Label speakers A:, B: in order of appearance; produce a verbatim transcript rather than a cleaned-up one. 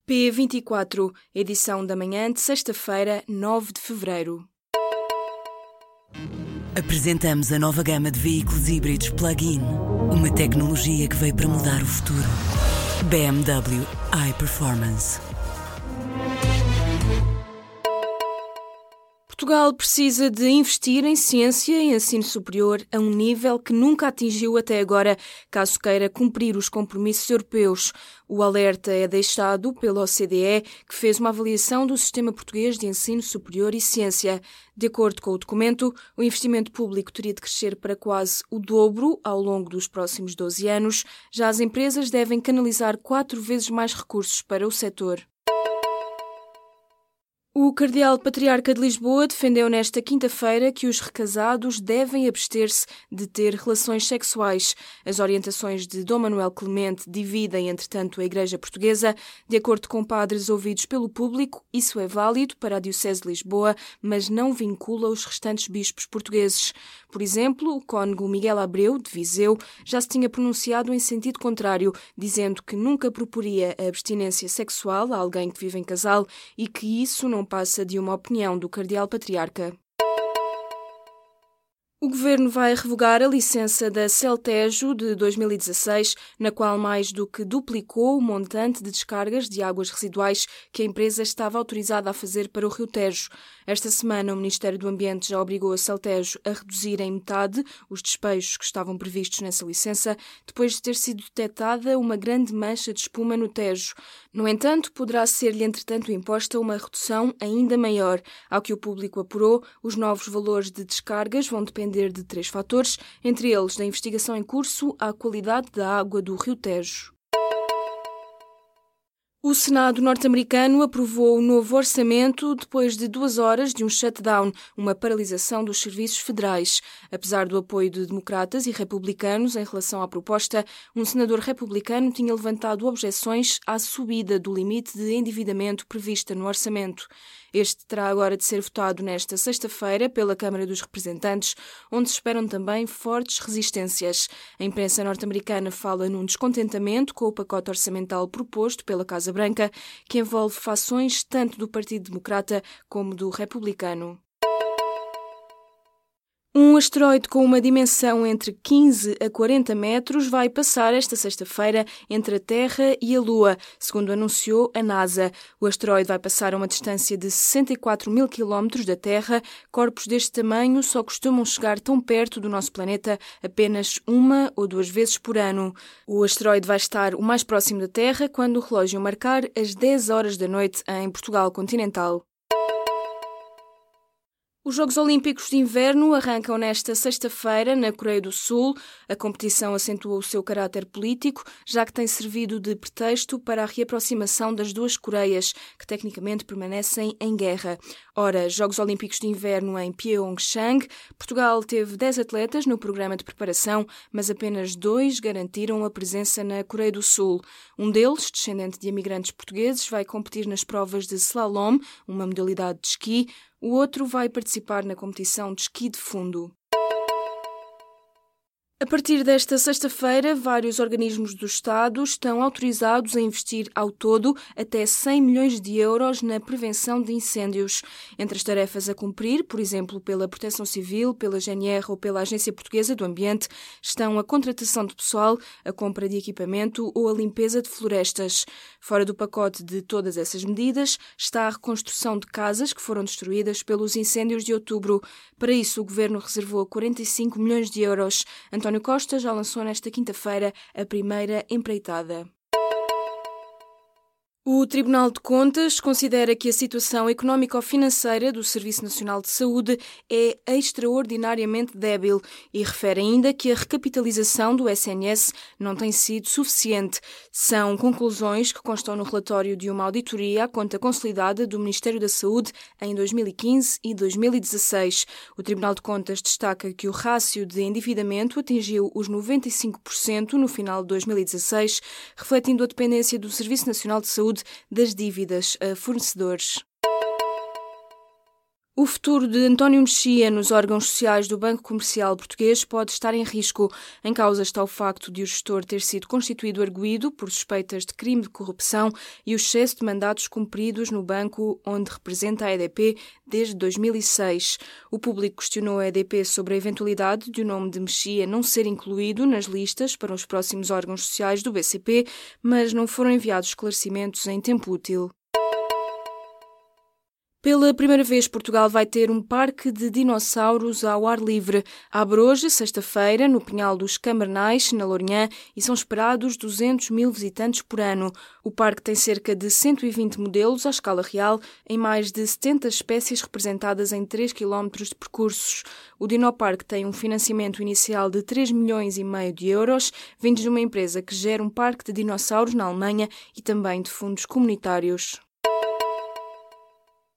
A: P vinte e quatro, edição da manhã de sexta-feira, nove de fevereiro.
B: Apresentamos a nova gama de veículos híbridos plug-in. Uma tecnologia que veio para mudar o futuro. B M W iPerformance.
A: Portugal precisa de investir em ciência e ensino superior a um nível que nunca atingiu até agora, caso queira cumprir os compromissos europeus. O alerta é deixado pela O C D E, que fez uma avaliação do sistema português de ensino superior e ciência. De acordo com o documento, o investimento público teria de crescer para quase o dobro ao longo dos próximos doze anos. Já as empresas devem canalizar quatro vezes mais recursos para o setor. O Cardeal Patriarca de Lisboa defendeu nesta quinta-feira que os recasados devem abster-se de ter relações sexuais. As orientações de Dom Manuel Clemente dividem, entretanto, a Igreja Portuguesa. De acordo com padres ouvidos pelo público, isso é válido para a Diocese de Lisboa, mas não vincula os restantes bispos portugueses. Por exemplo, o cônego Miguel Abreu, de Viseu, já se tinha pronunciado em sentido contrário, dizendo que nunca proporia a abstinência sexual a alguém que vive em casal e que isso não passa de uma opinião do Cardeal Patriarca. O Governo vai revogar a licença da Celtejo de dois mil e dezasseis, na qual mais do que duplicou o montante de descargas de águas residuais que a empresa estava autorizada a fazer para o Rio Tejo. Esta semana, o Ministério do Ambiente já obrigou a Celtejo a reduzir em metade os despejos que estavam previstos nessa licença, depois de ter sido detectada uma grande mancha de espuma no Tejo. No entanto, poderá ser-lhe, entretanto, imposta uma redução ainda maior. Ao que o público apurou, os novos valores de descargas vão depender de três fatores, entre eles da investigação em curso à qualidade da água do Rio Tejo. O Senado norte-americano aprovou o novo orçamento depois de duas horas de um shutdown, uma paralisação dos serviços federais. Apesar do apoio de democratas e republicanos em relação à proposta, um senador republicano tinha levantado objeções à subida do limite de endividamento prevista no orçamento. Este terá agora de ser votado nesta sexta-feira pela Câmara dos Representantes, onde se esperam também fortes resistências. A imprensa norte-americana fala num descontentamento com o pacote orçamental proposto pela Casa Branca, que envolve fações tanto do Partido Democrata como do Republicano. Um asteroide com uma dimensão entre quinze a quarenta metros vai passar esta sexta-feira entre a Terra e a Lua, segundo anunciou a NASA. O asteroide vai passar a uma distância de sessenta e quatro mil quilómetros da Terra. Corpos deste tamanho só costumam chegar tão perto do nosso planeta apenas uma ou duas vezes por ano. O asteroide vai estar o mais próximo da Terra quando o relógio marcar as dez horas da noite em Portugal continental. Os Jogos Olímpicos de Inverno arrancam nesta sexta-feira na Coreia do Sul. A competição acentua o seu caráter político, já que tem servido de pretexto para a reaproximação das duas Coreias, que tecnicamente permanecem em guerra. Ora, Jogos Olímpicos de Inverno em Pyeongchang, Portugal teve dez atletas no programa de preparação, mas apenas dois garantiram a presença na Coreia do Sul. Um deles, descendente de imigrantes portugueses, vai competir nas provas de slalom, uma modalidade de esqui. O outro vai participar na competição de esqui de fundo. A partir desta sexta-feira, vários organismos do Estado estão autorizados a investir ao todo até cem milhões de euros na prevenção de incêndios. Entre as tarefas a cumprir, por exemplo, pela Proteção Civil, pela G N R ou pela Agência Portuguesa do Ambiente, estão a contratação de pessoal, a compra de equipamento ou a limpeza de florestas. Fora do pacote de todas essas medidas está a reconstrução de casas que foram destruídas pelos incêndios de outubro. Para isso, o Governo reservou quarenta e cinco milhões de euros. António Costa já lançou nesta quinta-feira a primeira empreitada. O Tribunal de Contas considera que a situação económico-financeira do Serviço Nacional de Saúde é extraordinariamente débil e refere ainda que a recapitalização do S N S não tem sido suficiente. São conclusões que constam no relatório de uma auditoria à conta consolidada do Ministério da Saúde em dois mil e quinze e dois mil e dezasseis. O Tribunal de Contas destaca que o rácio de endividamento atingiu os noventa e cinco por cento no final de dois mil e dezasseis, refletindo a dependência do Serviço Nacional de Saúde das dívidas a fornecedores. O futuro de António Mexia nos órgãos sociais do Banco Comercial Português pode estar em risco. Em causa está o facto de o gestor ter sido constituído arguido por suspeitas de crime de corrupção e o excesso de mandatos cumpridos no banco onde representa a E D P desde dois mil e seis. O público questionou a E D P sobre a eventualidade de o nome de Mexia não ser incluído nas listas para os próximos órgãos sociais do B C P, mas não foram enviados esclarecimentos em tempo útil. Pela primeira vez, Portugal vai ter um parque de dinossauros ao ar livre. Abre hoje, sexta-feira, no Pinhal dos Camernais, na Lourinhã, e são esperados duzentos mil visitantes por ano. O parque tem cerca de cento e vinte modelos à escala real, em mais de setenta espécies representadas em três quilómetros de percursos. O Dinoparque tem um financiamento inicial de três milhões e meio de euros, vindos de uma empresa que gera um parque de dinossauros na Alemanha e também de fundos comunitários.